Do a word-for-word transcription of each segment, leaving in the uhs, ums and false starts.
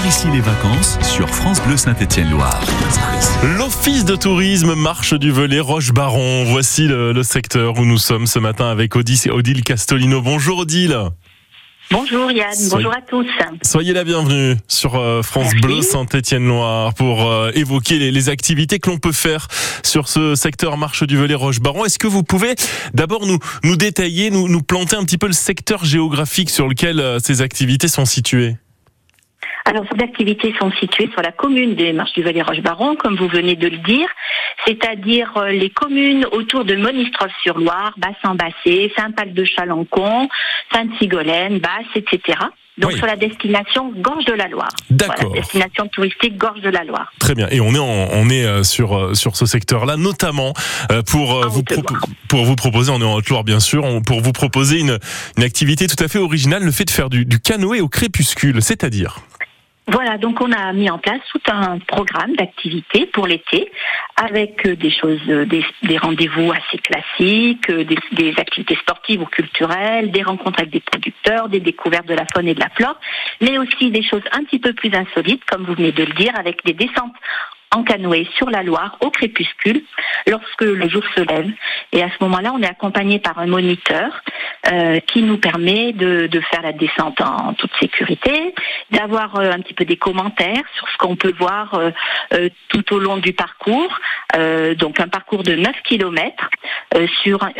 ici les vacances sur France Bleu Saint-Étienne-Loire. L'Office de tourisme Marche du Velay Roche-Baron. Voici le, le secteur où nous sommes ce matin avec Odile, Odile Castolino. Bonjour Odile. Bonjour Yann, Soyez, bonjour à tous. Soyez la bienvenue sur euh, France Merci. Bleu Saint-Étienne-Loire pour euh, évoquer les, les activités que l'on peut faire sur ce secteur Marche du Velay Roche-Baron. Est-ce que vous pouvez d'abord nous, nous détailler, nous, nous planter un petit peu le secteur géographique sur lequel euh, ces activités sont situées ? Alors, ces activités sont situées sur la commune des Marches du Velay Roche-Baron, comme vous venez de le dire, c'est-à-dire les communes autour de Monistrol-sur-Loire, Basse-en-Bassée, Saint-Pal-de-Chalancon, Sainte-Sigolène, Basse, et cetera. Donc oui. Sur la destination Gorge de la Loire. D'accord. Voilà, destination touristique Gorge de la Loire. Très bien. Et on est en, on est sur sur ce secteur-là, notamment pour en vous pro- pour vous proposer, on est en Haute-Loire bien sûr, pour vous proposer une une activité tout à fait originale, le fait de faire du, du canoë au crépuscule, c'est-à-dire. Voilà, donc on a mis en place tout un programme d'activités pour l'été avec des choses, des, des rendez-vous assez classiques, des, des activités sportives ou culturelles, des rencontres avec des producteurs, des découvertes de la faune et de la flore, mais aussi des choses un petit peu plus insolites, comme vous venez de le dire, avec des descentes en canoë sur la Loire au crépuscule lorsque le jour se lève. Et à ce moment-là, on est accompagné par un moniteur euh, qui nous permet de, de faire la descente en toute sécurité, d'avoir euh, un petit peu des commentaires sur ce qu'on peut voir euh, euh, tout au long du parcours. Euh, donc un parcours de neuf kilomètres euh, sur un,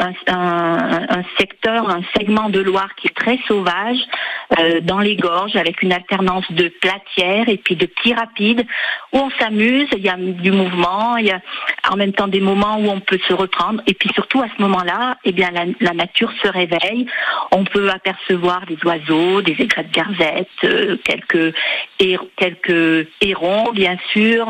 un, un secteur, un segment de Loire qui est très sauvage, euh, dans les gorges, avec une alternance de platières et puis de petits rapides où on s'amuse. Il y a du mouvement, il y a en même temps des moments où on peut se reprendre. Et puis surtout, à ce moment-là, eh bien, la, la nature se réveille. On peut apercevoir des oiseaux, des aigrets de garzette, euh, quelques, hér- quelques hérons, bien sûr,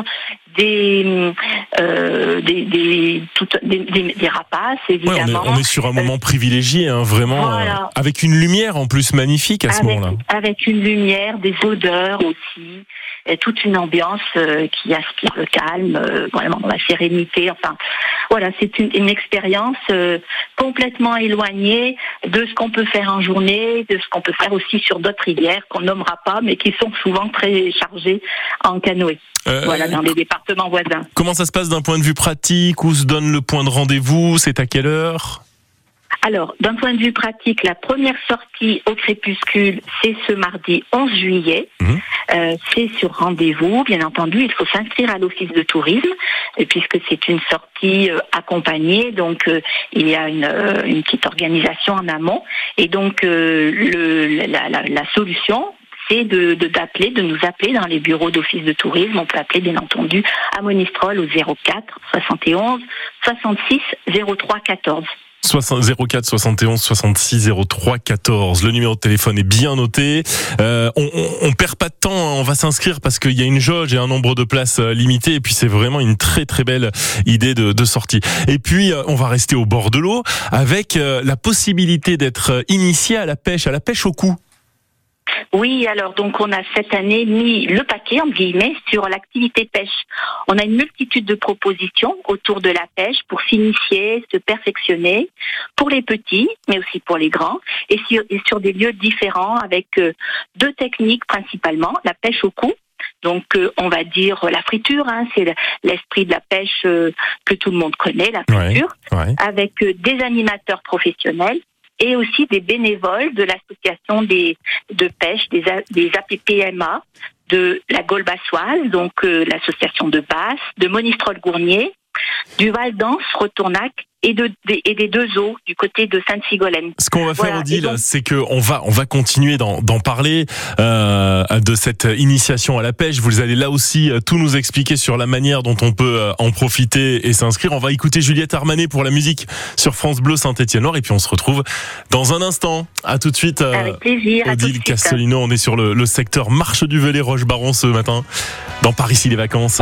des, euh, des, des, tout, des, des, des rapaces, évidemment. Ouais, on, est, on est sur un moment euh, privilégié, hein, vraiment, voilà. euh, avec une lumière en plus magnifique à ce avec, moment-là. Avec une lumière, des odeurs aussi. Et toute une ambiance euh, qui aspire le calme, euh, vraiment la sérénité. Enfin, voilà, c'est une, une expérience euh, complètement éloignée de ce qu'on peut faire en journée, de ce qu'on peut faire aussi sur d'autres rivières qu'on nommera pas, mais qui sont souvent très chargées en canoë. Euh, voilà, dans les départements voisins. Comment ça se passe d'un point de vue pratique ? Où se donne le point de rendez-vous ? C'est à quelle heure ? Alors, d'un point de vue pratique, la première sortie au crépuscule, c'est ce mardi onze juillet. Mmh. Euh, c'est sur rendez-vous, bien entendu. Il faut s'inscrire à l'office de tourisme, puisque c'est une sortie euh, accompagnée. Donc, euh, il y a une, euh, une petite organisation en amont. Et donc, euh, le, la, la, la solution, c'est de, de, d'appeler, de nous appeler dans les bureaux d'office de tourisme. On peut appeler, bien entendu, à Monistrol au zéro quatre soixante et onze soixante-six zéro trois quatorze. zéro quatre soixante et onze soixante-six zéro trois quatorze. Le numéro de téléphone est bien noté. Euh, on, on, on perd pas de temps, hein. On va s'inscrire parce qu'il y a une jauge et un nombre de places limité. Et puis c'est vraiment une très très belle idée de, de sortie. Et puis on va rester au bord de l'eau avec la possibilité d'être initié à la pêche, à la pêche au cou. Oui, alors donc on a cette année mis le paquet, entre guillemets, sur l'activité pêche. On a une multitude de propositions autour de la pêche pour s'initier, se perfectionner, pour les petits, mais aussi pour les grands, et sur, et sur des lieux différents avec euh, deux techniques principalement, la pêche au cou. Donc, euh, on va dire la friture, hein, c'est l'esprit de la pêche euh, que tout le monde connaît, la friture, ouais, ouais. avec euh, des animateurs professionnels, et aussi des bénévoles de l'association des, de pêche, des, des A P P M A, de la Gaule bassoise, donc euh, l'association de Basse, de Monistrol-Gournier, du Val d'Anse, Retournac, et, de, de, et des deux eaux du côté de Sainte-Sigolène. Ce qu'on va faire, voilà, Odile, donc... c'est qu'on va, on va continuer d'en, d'en parler euh, de cette initiation à la pêche. Vous allez là aussi tout nous expliquer sur la manière dont on peut en profiter et s'inscrire. On va écouter Juliette Armanet pour la musique sur France Bleu Saint-Étienne-Loire et puis on se retrouve dans un instant. À tout de suite, euh, avec plaisir, Odile Castolino. On est sur le, le secteur Marche du Velay Roche-Baron ce matin dans Par ici les vacances.